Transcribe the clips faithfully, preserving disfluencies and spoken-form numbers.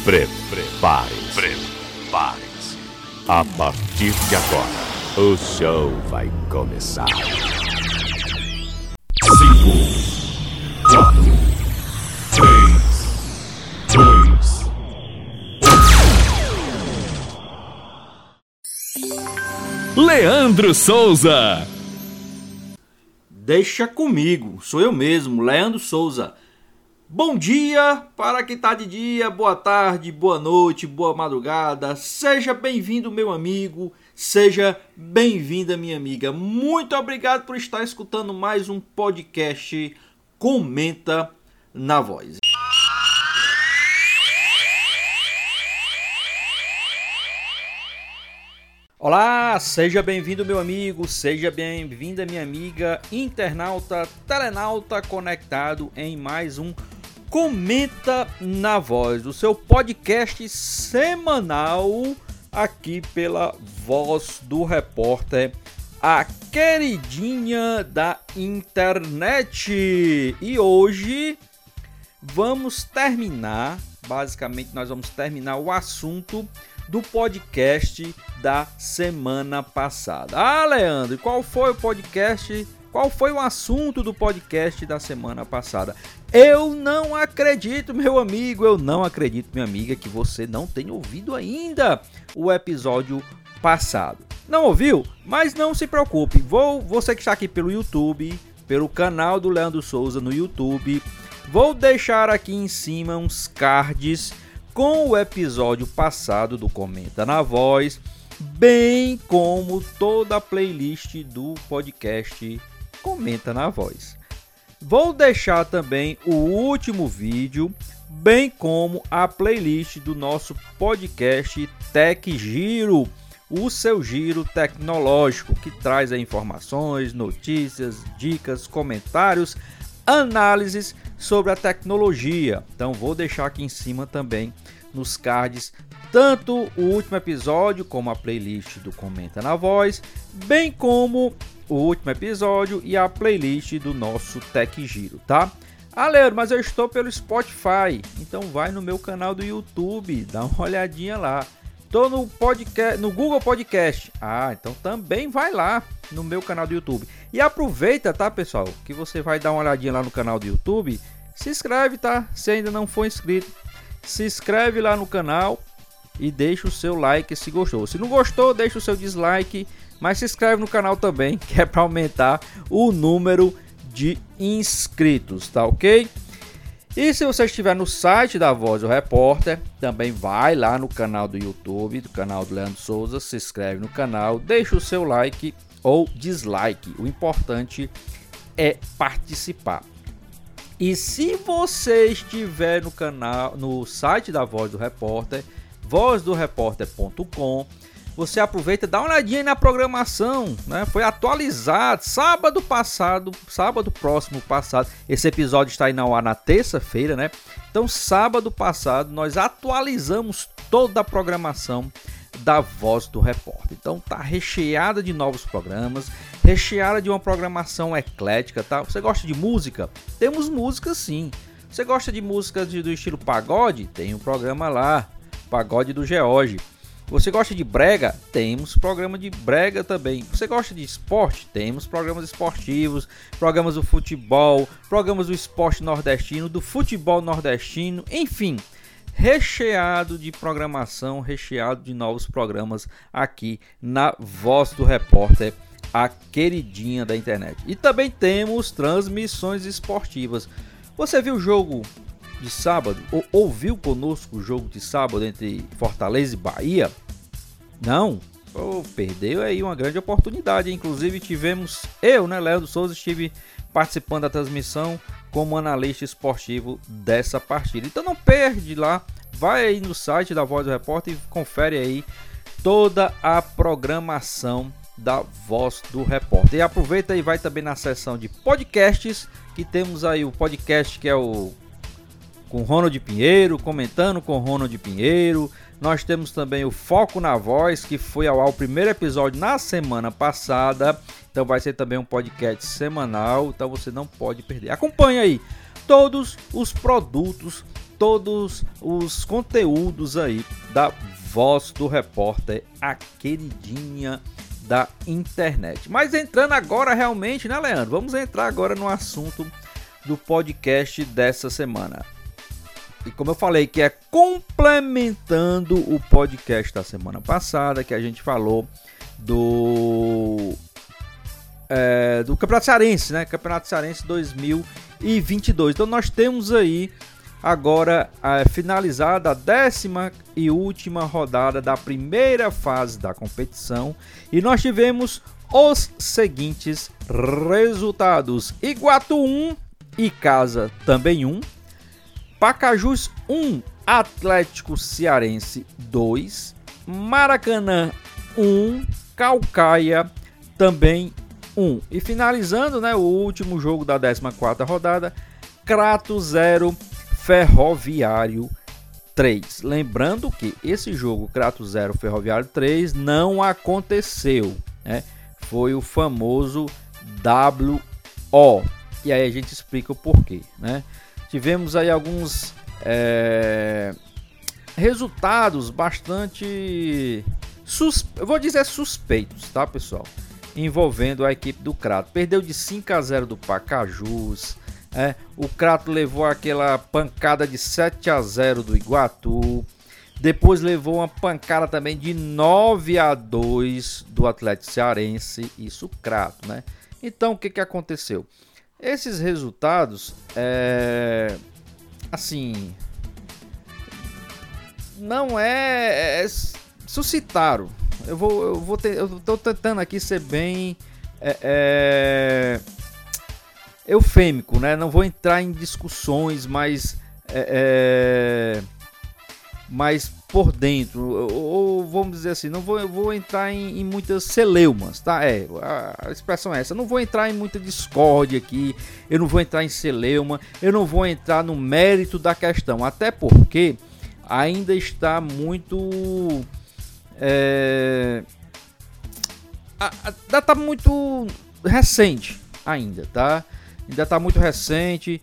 Prepare-se. Prepare-se. A partir de agora, o show vai começar. Cinco, quatro, três, dois. Leandro Souza. Deixa comigo, sou eu mesmo, Leandro Souza. Bom dia para quem tá de dia, boa tarde, boa noite, boa madrugada. Seja bem-vindo, meu amigo, seja bem-vinda, minha amiga. Muito obrigado por estar escutando mais um podcast Comenta na Voz. Olá, seja bem-vindo, meu amigo, seja bem-vinda, minha amiga, internauta, telenauta conectado em mais um Comenta na Voz, o seu podcast semanal aqui pela Voz do Repórter, a queridinha da internet. E hoje vamos terminar, basicamente nós vamos terminar o assunto do podcast da semana passada. Ah, Leandro, qual foi o podcast? Qual foi o assunto do podcast da semana passada? Eu não acredito, meu amigo, eu não acredito, minha amiga, que você não tenha ouvido ainda o episódio passado. Não ouviu? Mas não se preocupe. Vou, você que está aqui pelo YouTube, pelo canal do Leandro Souza no YouTube, vou deixar aqui em cima uns cards com o episódio passado do Comenta na Voz, bem como toda a playlist do podcast Comenta na Voz. Vou deixar também o último vídeo, bem como a playlist do nosso podcast Tech Giro, o seu giro tecnológico, que traz informações, notícias, dicas, comentários, análises sobre a tecnologia. Então vou deixar aqui em cima também nos cards tanto o último episódio como a playlist do Comenta na Voz, bem como o último episódio e a playlist do nosso Tech Giro, tá? Ah, Leandro, mas eu estou pelo Spotify, então vai no meu canal do YouTube, dá uma olhadinha lá. Tô no podcast, no Google Podcast. Ah, então também vai lá no meu canal do YouTube. E aproveita, tá, pessoal, que você vai dar uma olhadinha lá no canal do YouTube. Se inscreve, tá? Se ainda não for inscrito, se inscreve lá no canal e deixa o seu like se gostou. Se não gostou, deixa o seu dislike, mas se inscreve no canal também, que é para aumentar o número de inscritos, tá ok? E se você estiver no site da Voz do Repórter, também vai lá no canal do YouTube, do canal do Leandro Souza, se inscreve no canal, deixa o seu like ou dislike. O importante é participar. E se você estiver no canal, no site da Voz do Repórter, voz do repórter ponto com, você aproveita e dá uma olhadinha aí na programação, né? Foi atualizado sábado passado, sábado próximo passado. Esse episódio está aí na ar na terça-feira, né? Então, sábado passado, nós atualizamos toda a programação da Voz do Repórter. Então, tá recheada de novos programas, recheada de uma programação eclética, tá? Você gosta de música? Temos música sim. Você gosta de música de, do estilo pagode? Tem um programa lá, Pagode do George. Você gosta de brega? Temos programa de brega também. Você gosta de esporte? Temos programas esportivos, programas do futebol, programas do esporte nordestino, do futebol nordestino, enfim, recheado de programação, recheado de novos programas aqui na Voz do Repórter, a queridinha da internet. E também temos transmissões esportivas. Você viu o jogo de sábado, ou ouviu conosco o jogo de sábado entre Fortaleza e Bahia? Não? Oh, perdeu aí uma grande oportunidade. Inclusive tivemos, eu, né, Leandro Souza, estive participando da transmissão como analista esportivo dessa partida. Então não perde lá, vai aí no site da Voz do Repórter e confere aí toda a programação da Voz do Repórter. E aproveita e vai também na seção de podcasts, que temos aí o podcast que é o com Ronald Pinheiro, comentando com Ronald Pinheiro. Nós temos também o Foco na Voz, que foi ao ar o primeiro episódio na semana passada. Então vai ser também um podcast semanal, então você não pode perder. Acompanhe aí todos os produtos todos os conteúdos aí da Voz do Repórter, a queridinha da internet. Mas entrando agora realmente, né, Leandro? Vamos entrar agora no assunto do podcast dessa semana. E como eu falei, que é complementando o podcast da semana passada, que a gente falou do é, do Campeonato Cearense, né? Campeonato Cearense dois mil e vinte e dois. Então nós temos aí agora é, finalizada a décima e última rodada da primeira fase da competição e nós tivemos os seguintes resultados: Iguatu um, Icasa também um, Pacajus um, Atlético Cearense dois, Maracanã um, Caucaia também um. E finalizando, né, o último jogo da décima quarta rodada, Crato zero, Ferroviário três. Lembrando que esse jogo Crato zero, Ferroviário três não aconteceu, né? Foi o famoso W O. E aí a gente explica o porquê, né? Tivemos aí alguns é, resultados bastante sus, eu vou dizer suspeitos, tá, pessoal? Envolvendo a equipe do Crato. Perdeu de cinco a zero do Pacajus. É, o Crato levou aquela pancada de sete a zero do Iguatu. Depois levou uma pancada também de nove a dois do Atlético Cearense. Isso, Crato, né? Então, o que, que aconteceu? Esses resultados, é, assim, não é, é suscitaram. Eu vou, eu vou, ter, eu tô tentando aqui ser bem é, é, eufêmico, né? Não vou entrar em discussões mais, é, é, mais por dentro, ou, ou vamos dizer assim, não vou, eu vou entrar em, em muitas celeumas, tá? É, a, a expressão é essa. Eu não vou entrar em muita discórdia aqui, eu não vou entrar em celeuma, eu não vou entrar no mérito da questão, até porque ainda está muito É, ainda tá muito recente ainda, tá? Ainda tá muito recente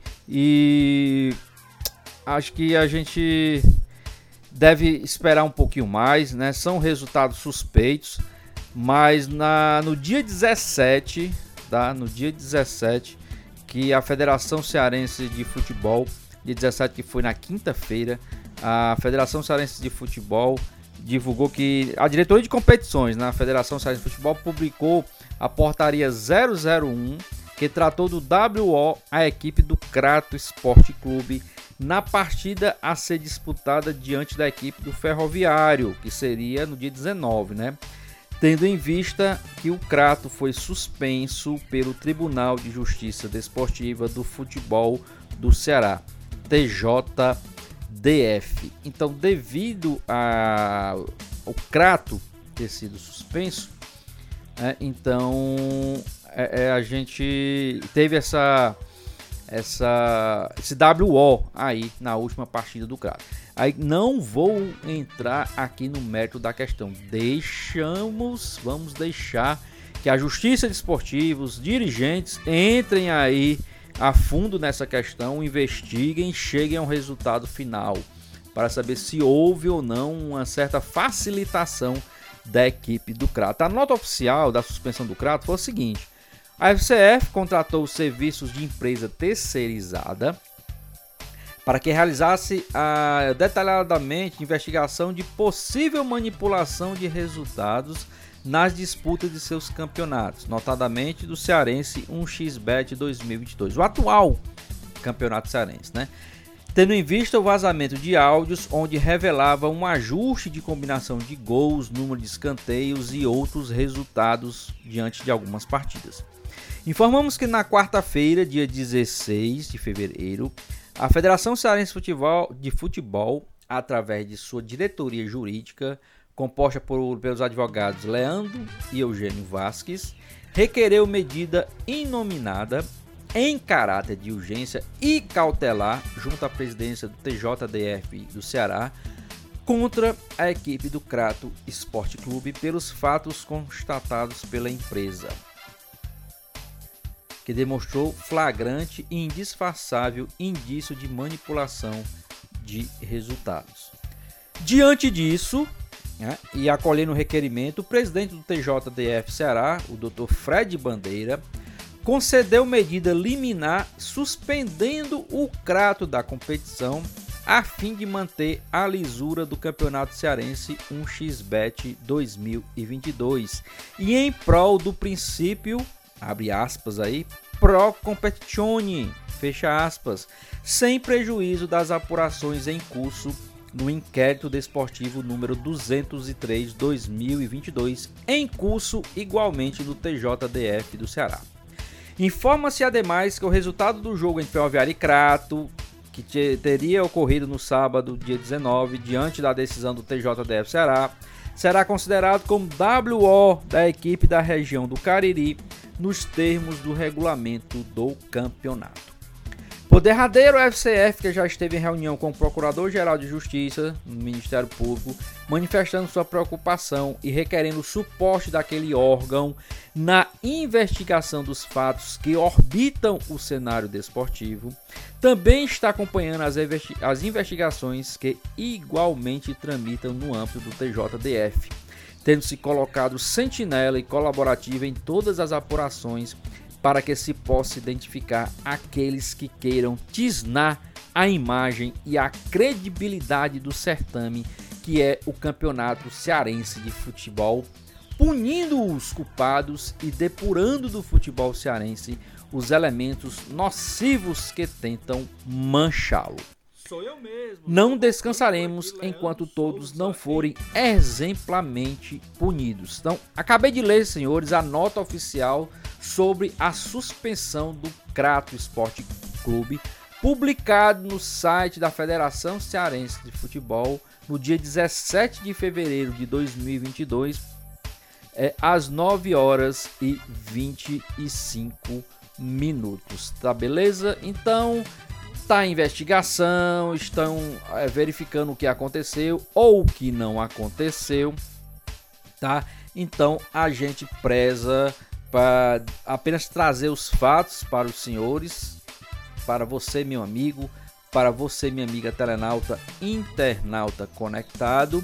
e acho que a gente deve esperar um pouquinho mais, né? São resultados suspeitos, mas na, no dia dezessete, tá? No dia dezessete, que a Federação Cearense de Futebol, dia dezessete, que foi na quinta-feira, a Federação Cearense de Futebol divulgou que a diretoria de competições na Federação Cearense de Futebol publicou a portaria zero zero um, que tratou do W O a equipe do Crato Esporte Clube na partida a ser disputada diante da equipe do Ferroviário, que seria no dia dezenove, né? Tendo em vista que o Crato foi suspenso pelo Tribunal de Justiça Desportiva do Futebol do Ceará, T J D F. Então, devido ao Crato ter sido suspenso, é, então é, é, a gente teve essa, essa, esse W O aí na última partida do Crato. Aí não vou entrar aqui no mérito da questão. Deixamos, vamos deixar que a Justiça Desportiva, os dirigentes entrem aí a fundo nessa questão, investiguem, cheguem a um resultado final para saber se houve ou não uma certa facilitação da equipe do Crato. A nota oficial da suspensão do Crato foi o seguinte: a F C F contratou os serviços de empresa terceirizada para que realizasse a, detalhadamente investigação de possível manipulação de resultados nas disputas de seus campeonatos, notadamente do Cearense um x bet dois mil e vinte e dois, o atual campeonato cearense, né? Tendo em vista o vazamento de áudios onde revelava um ajuste de combinação de gols, número de escanteios e outros resultados diante de algumas partidas. Informamos que na quarta-feira, dia dezesseis de fevereiro, a Federação Cearense de Futebol, de Futebol, através de sua diretoria jurídica, composta por, pelos advogados Leandro e Eugênio Vasques, requereu medida inominada em caráter de urgência e cautelar junto à presidência do T J D F do Ceará contra a equipe do Crato Esporte Clube pelos fatos constatados pela empresa, que demonstrou flagrante e indisfarçável indício de manipulação de resultados. Diante disso, né, e acolhendo o requerimento, o presidente do T J D F Ceará, o doutor Fred Bandeira, concedeu medida liminar suspendendo o Crato da competição a fim de manter a lisura do Campeonato Cearense um x bet dois mil e vinte e dois e em prol do princípio, abre aspas aí, pro competizione, fecha aspas, sem prejuízo das apurações em curso no inquérito desportivo número duzentos e três barra dois mil e vinte e dois, em curso igualmente no T J D F do Ceará. Informa-se ademais que o resultado do jogo entre Ferroviária e Crato, que te, teria ocorrido no sábado, dia dezenove, diante da decisão do T J D F Ceará, será considerado como W O da equipe da região do Cariri, nos termos do regulamento do campeonato. Por derradeiro, o F C F, que já esteve em reunião com o Procurador-Geral de Justiça no Ministério Público, manifestando sua preocupação e requerendo o suporte daquele órgão na investigação dos fatos que orbitam o cenário desportivo, também está acompanhando as, investi- as investigações que igualmente tramitam no âmbito do T J D F, tendo se colocado sentinela e colaborativa em todas as apurações para que se possa identificar aqueles que queiram tisnar a imagem e a credibilidade do certame, que é o Campeonato Cearense de Futebol, punindo os culpados e depurando do futebol cearense os elementos nocivos que tentam manchá-lo. Sou eu mesmo. Não descansaremos enquanto todos não forem exemplarmente punidos. Então, acabei de ler, senhores, a nota oficial sobre a suspensão do Crato Esporte Clube, publicado no site da Federação Cearense de Futebol no dia dezessete de fevereiro de dois mil e vinte e dois, é, às nove horas e vinte e cinco minutos, tá beleza? Então, tá em investigação, estão é, verificando o que aconteceu ou o que não aconteceu, tá? Então, a gente preza para apenas trazer os fatos para os senhores, para você, meu amigo, para você, minha amiga telenauta, internauta conectado,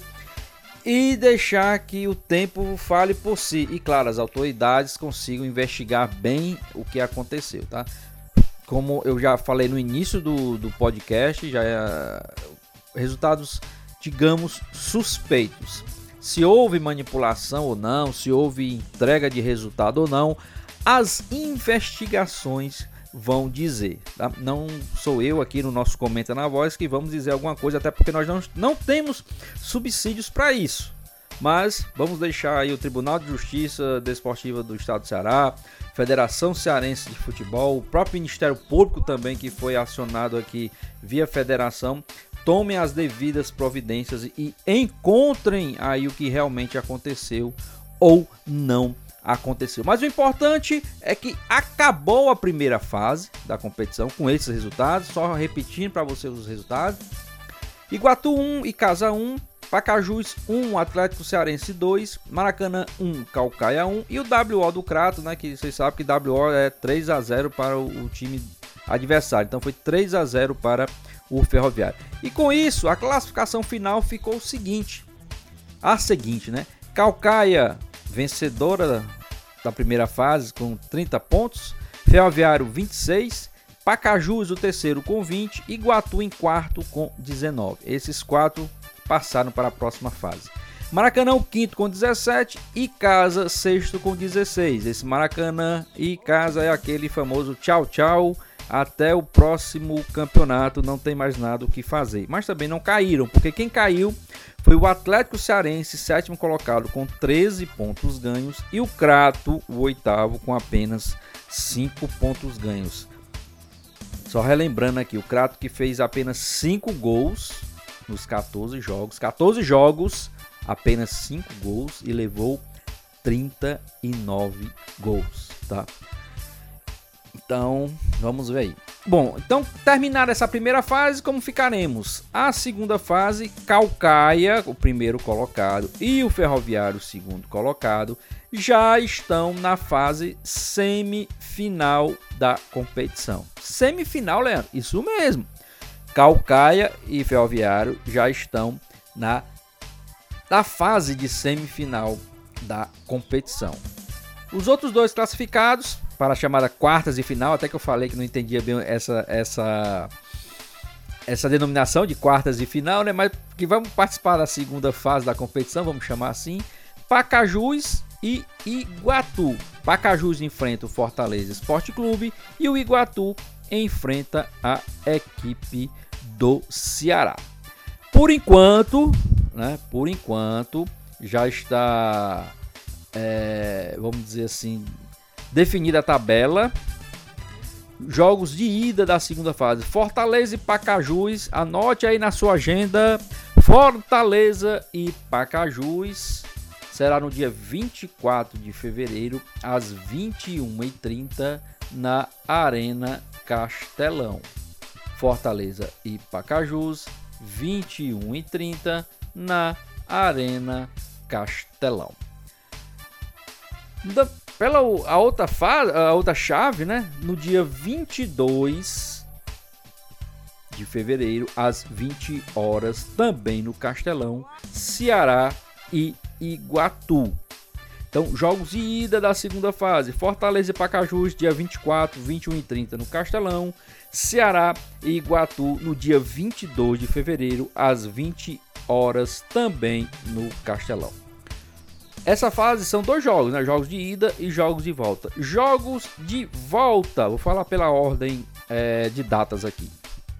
e deixar que o tempo fale por si. E claro, as autoridades consigam investigar bem o que aconteceu, tá? Como eu já falei no início do, do podcast, já é, resultados, digamos, suspeitos. Se houve manipulação ou não, se houve entrega de resultado ou não, as investigações vão dizer, tá? Não sou eu aqui no nosso Comenta na Voz que vamos dizer alguma coisa, até porque nós não, não temos subsídios para isso. Mas vamos deixar aí o Tribunal de Justiça Desportiva do Estado do Ceará, Federação Cearense de Futebol, o próprio Ministério Público também, que foi acionado aqui via federação, tomem as devidas providências e encontrem aí o que realmente aconteceu ou não aconteceu. Mas o importante é que acabou a primeira fase da competição com esses resultados, só repetindo para vocês os resultados. Iguatu um, Icasa um, Pacajus um, Atlético Cearense dois, Maracanã um, Caucaia um e o W O do Crato, né, que vocês sabem que W O é três a zero para o, o time adversário, então foi três a zero para o Ferroviário. E com isso, a classificação final ficou o seguinte, a seguinte, né, Caucaia, vencedora da primeira fase com trinta pontos, Ferroviário vinte e seis, Pacajus o terceiro com vinte, Iguatu em quarto com dezenove. Esses quatro passaram para a próxima fase. Maracanã o quinto com dezessete e Icasa sexto com dezesseis. Esse Maracanã e Icasa é aquele famoso tchau tchau, até o próximo campeonato, não tem mais nada o que fazer. Mas também não caíram, porque quem caiu foi o Atlético Cearense, sétimo colocado com treze pontos ganhos, e o Crato, o oitavo, com apenas cinco pontos ganhos. Só relembrando aqui, o Crato que fez apenas cinco gols nos quatorze jogos, quatorze jogos, apenas cinco gols e levou trinta e nove gols, tá? Então, vamos ver aí. Bom, então, terminar essa primeira fase, como ficaremos? A segunda fase, Caucaia, o primeiro colocado, e o Ferroviário, o segundo colocado, já estão na fase semifinal da competição. Semifinal, Leandro? Isso mesmo. Caucaia e Ferroviário já estão na, na fase de semifinal da competição. Os outros dois classificados para a chamada quartas de final, até que eu falei que não entendia bem essa, essa, essa denominação de quartas de final, né? Mas que vamos participar da segunda fase da competição, vamos chamar assim, Pacajus e Iguatu. Pacajus enfrenta o Fortaleza Esporte Clube e o Iguatu enfrenta a equipe do Ceará. Por enquanto, né? Por enquanto já está, é, vamos dizer assim, definida a tabela. Jogos de ida da segunda fase: Fortaleza e Pacajus. Anote aí na sua agenda: Fortaleza e Pacajus. Será no dia vinte e quatro de fevereiro, às vinte e uma e trinta, na Arena Castelão. Fortaleza e Pacajus, vinte e uma e trinta, na Arena Castelão. Da, pela a outra, fase, a outra chave, né? No dia vinte e dois de fevereiro, às vinte horas, também no Castelão, Ceará e Iguatu. Então, jogos de ida da segunda fase: Fortaleza e Pacajus, dia vinte e quatro, vinte e uma e trinta no Castelão. Ceará e Iguatu no dia vinte e dois de fevereiro, às vinte horas, também no Castelão. Essa fase são dois jogos, né? Jogos de ida e jogos de volta. Jogos de volta, vou falar pela ordem é, de datas aqui.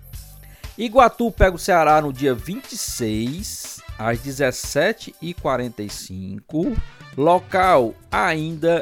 Iguatu pega o Ceará no dia vinte e seis, às dezessete e quarenta e cinco. Local ainda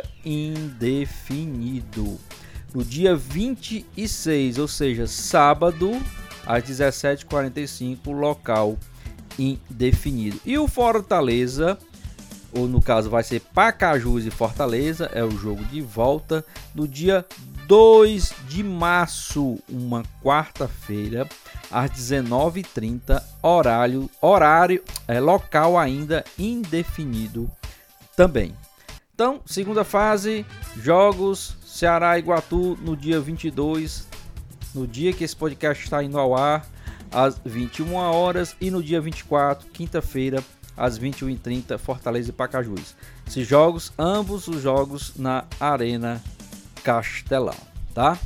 indefinido. No dia vinte e seis, ou seja, sábado, às dezessete e quarenta e cinco, local indefinido. E o Fortaleza, ou no caso vai ser Pacajus e Fortaleza, é o jogo de volta, no dia dois de março, uma quarta-feira, às dezenove e trinta, horário, horário é, local ainda indefinido também. Então, segunda fase, jogos Ceará e Iguatu no dia vinte e dois, no dia que esse podcast está indo ao ar, às vinte e uma horas, e no dia vinte e quatro, quinta-feira, às vinte e uma e trinta, Fortaleza e Pacajus. Esses jogos, ambos os jogos na Arena Castelão, tá?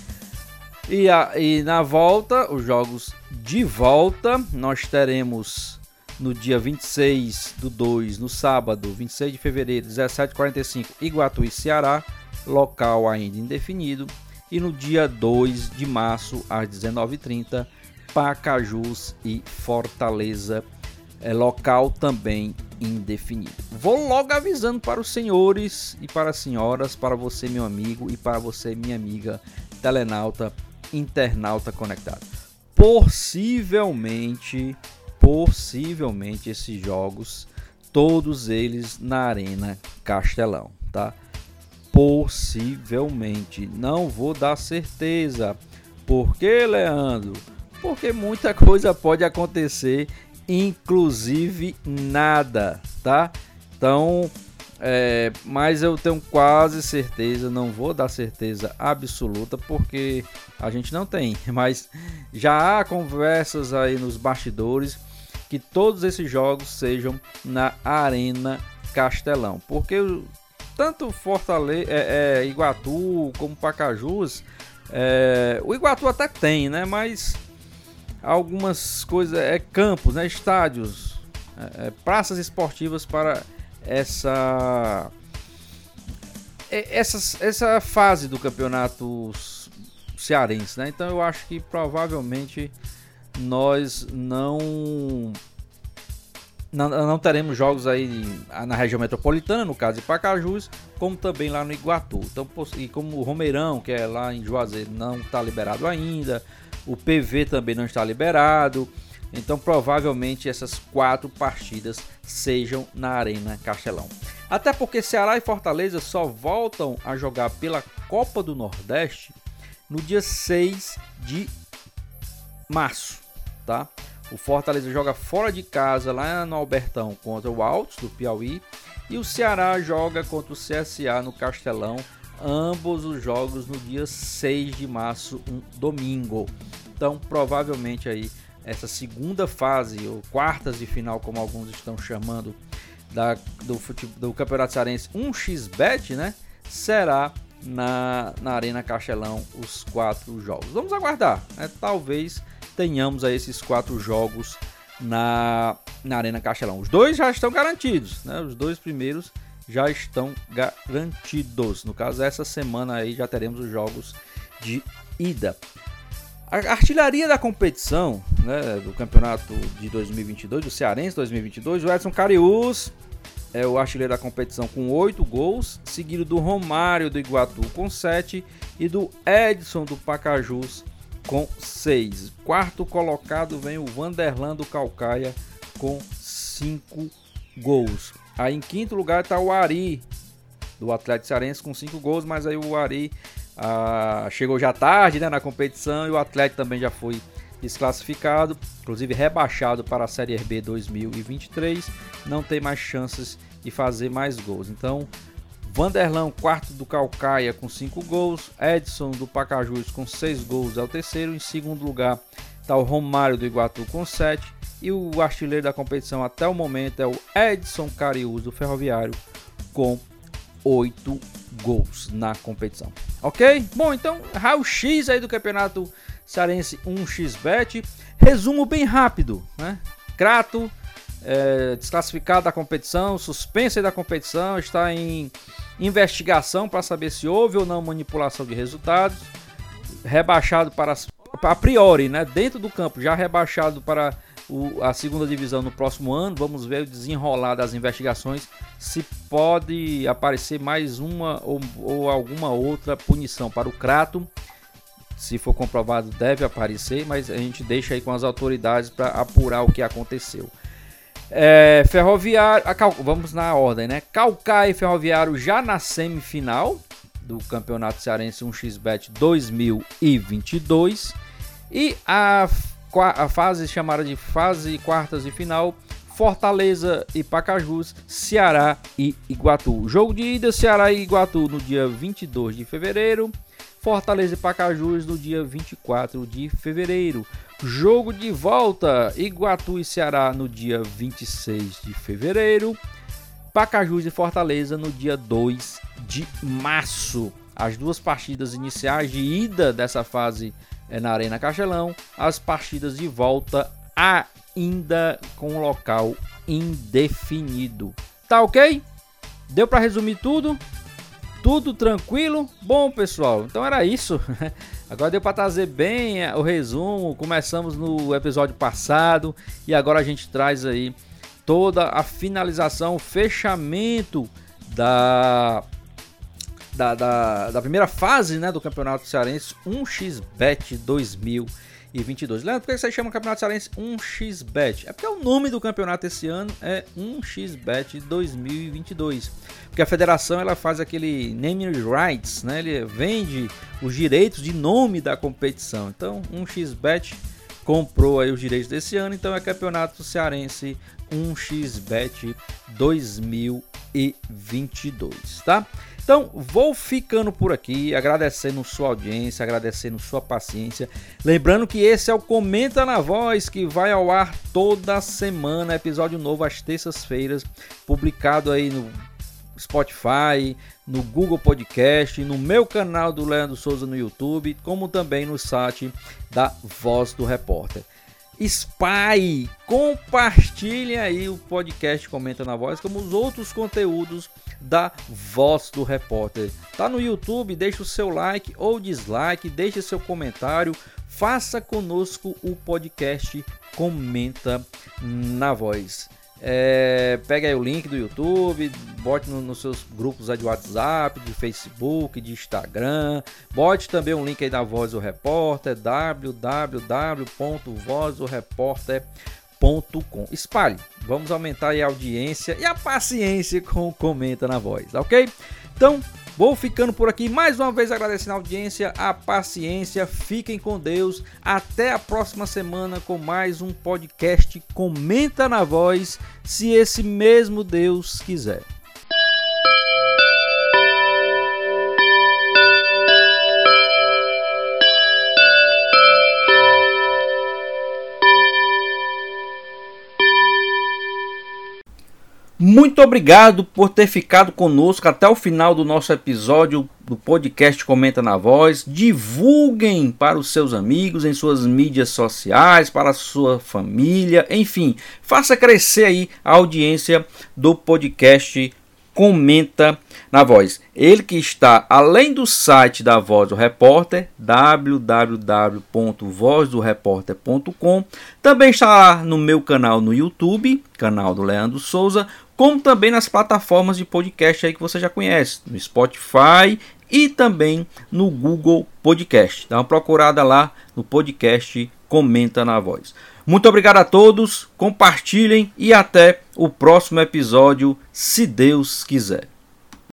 E, a, e na volta, os jogos de volta, nós teremos no dia vinte e seis do dois, no sábado, vinte e seis de fevereiro, dezessete e quarenta e cinco, Iguatu e Ceará, local ainda indefinido. E no dia dois de março, às dezenove e trinta, Pacajus e Fortaleza, é, local também indefinido. Vou logo avisando para os senhores e para as senhoras, para você, meu amigo, e para você, minha amiga, telenauta, internauta conectado. Possivelmente, possivelmente esses jogos, todos eles na Arena Castelão, tá? Possivelmente, não vou dar certeza. Por que, Leandro? Porque muita coisa pode acontecer, inclusive nada, tá? Então, é, mas eu tenho quase certeza, não vou dar certeza absoluta, porque a gente não tem, mas já há conversas aí nos bastidores que todos esses jogos sejam na Arena Castelão, porque tanto Fortaleza, é, é, Iguatu como Pacajus, é, o Iguatu até tem, né? Mas algumas coisas, é campos, né? Estádios, é, é, praças esportivas para essa, é, essa, essa fase do campeonato cearense, né? Então eu acho que provavelmente nós não Não, não teremos jogos aí na região metropolitana, no caso de Pacajus, como também lá no Iguatu. Então, e como o Romeirão, que é lá em Juazeiro, não está liberado ainda, o P V também não está liberado. Então, provavelmente essas quatro partidas sejam na Arena Castelão. Até porque Ceará e Fortaleza só voltam a jogar pela Copa do Nordeste no dia seis de março, tá? O Fortaleza joga fora de casa, lá no Albertão, contra o Altos, do Piauí. E o Ceará joga contra o C S A no Castelão. Ambos os jogos no dia seis de março, um domingo. Então, provavelmente aí essa segunda fase, ou quartas de final, como alguns estão chamando, da, do, do Campeonato Cearense um xis bet, né? Será na, na Arena Castelão os quatro jogos. Vamos aguardar, né? Talvez tenhamos aí esses quatro jogos na, na Arena Castelão. Os dois já estão garantidos, né? Os dois primeiros já estão garantidos. No caso, essa semana aí já teremos os jogos de ida. A artilharia da competição, né, do campeonato de dois mil e vinte e dois, do Cearense dois mil e vinte e dois, o Edson Cariús é o artilheiro da competição com oito gols, seguido do Romário do Iguatu com sete e do Edson do Pacajus com seis. Quarto colocado vem o Vanderlan do Caucaia com cinco gols. Aí em quinto lugar está o Ari do Atlético Cearense com cinco gols, mas aí o Ari ah, chegou já tarde, né, na competição, e o Atlético também já foi desclassificado, inclusive rebaixado para a Série B dois mil e vinte e três, não tem mais chances de fazer mais gols. Então, Vanderlan, quarto do Caucaia com cinco gols, Edson do Pacajus com seis gols é o terceiro, em segundo lugar está o Romário do Iguatu com sete, e o artilheiro da competição até o momento é o Edson Cariús do Ferroviário com oito gols na competição. Ok? Bom, então, raio-x aí do Campeonato Cearense um xis bet. Resumo bem rápido, né? Crato, é, desclassificado da competição, suspenso aí da competição, está em investigação para saber se houve ou não manipulação de resultados, rebaixado para, a priori, né? Dentro do campo, já rebaixado para o, a segunda divisão no próximo ano. Vamos ver o desenrolar das investigações, se pode aparecer mais uma ou, ou alguma outra punição para o Crato. Se for comprovado, deve aparecer, mas a gente deixa aí com as autoridades para apurar o que aconteceu. É, Ferroviário, a Cal, vamos na ordem, né? Caucaia e Ferroviário já na semifinal do Campeonato Cearense um xis bet dois mil e vinte e dois, e a, a fase chamada de fase quartas de final, Fortaleza e Pacajus, Ceará e Iguatu. Jogo de ida, Ceará e Iguatu no dia vinte e dois de fevereiro, Fortaleza e Pacajus no dia vinte e quatro de fevereiro. Jogo de volta, Iguatu e Ceará no dia vinte e seis de fevereiro, Pacajus e Fortaleza no dia dois de março. As duas partidas iniciais de ida dessa fase é na Arena Castelão, as partidas de volta ainda com local indefinido. Tá ok? Deu para resumir tudo? Tudo tranquilo? Bom, pessoal, então era isso. Agora deu para trazer bem o resumo. Começamos no episódio passado e agora a gente traz aí toda a finalização, o fechamento da, da, da, da primeira fase, né, do Campeonato Cearense um xis bet dois mil e vinte e dois. Leandro, por que você chama o Campeonato Cearense um xis bet? É porque o nome do campeonato esse ano é um xis bet dois mil e vinte e dois. Porque a federação ela faz aquele naming rights, né? Ele vende os direitos de nome da competição. Então, um xis bet comprou aí os direitos desse ano, então é Campeonato Cearense um xis bet dois mil e vinte e dois, tá? Então, vou ficando por aqui, agradecendo sua audiência, agradecendo sua paciência. Lembrando que esse é o Comenta na Voz, que vai ao ar toda semana, episódio novo às terças-feiras, publicado aí no Spotify, no Google Podcast, no meu canal do Leandro Souza no YouTube, como também no site da Voz do Repórter. Espalhe, compartilhe aí o podcast Comenta na Voz, como os outros conteúdos da Voz do Repórter. Tá no YouTube, deixa o seu like ou dislike, deixe seu comentário, faça conosco o podcast Comenta na Voz. É, pega aí o link do YouTube, bote no, nos seus grupos de WhatsApp, de Facebook, de Instagram, bote também um link aí da Voz do Repórter, w w w ponto voz do repórter ponto com. Espalhe, vamos aumentar aí a audiência e a paciência com o Comenta na Voz, ok? Então, vou ficando por aqui, mais uma vez agradecendo a audiência, a paciência, fiquem com Deus, até a próxima semana com mais um podcast Comenta na Voz, se esse mesmo Deus quiser. Muito obrigado por ter ficado conosco até o final do nosso episódio do podcast Comenta na Voz. Divulguem para os seus amigos, em suas mídias sociais, para a sua família, enfim, faça crescer aí a audiência do podcast Comenta na Voz. Ele que está além do site da Voz do Repórter, w w w ponto voz do repórter ponto com, também está lá no meu canal no YouTube, canal do Leandro Souza, como também nas plataformas de podcast aí que você já conhece, no Spotify e também no Google Podcast. Dá uma procurada lá no podcast Comenta na Voz. Muito obrigado a todos, compartilhem e até o próximo episódio, se Deus quiser.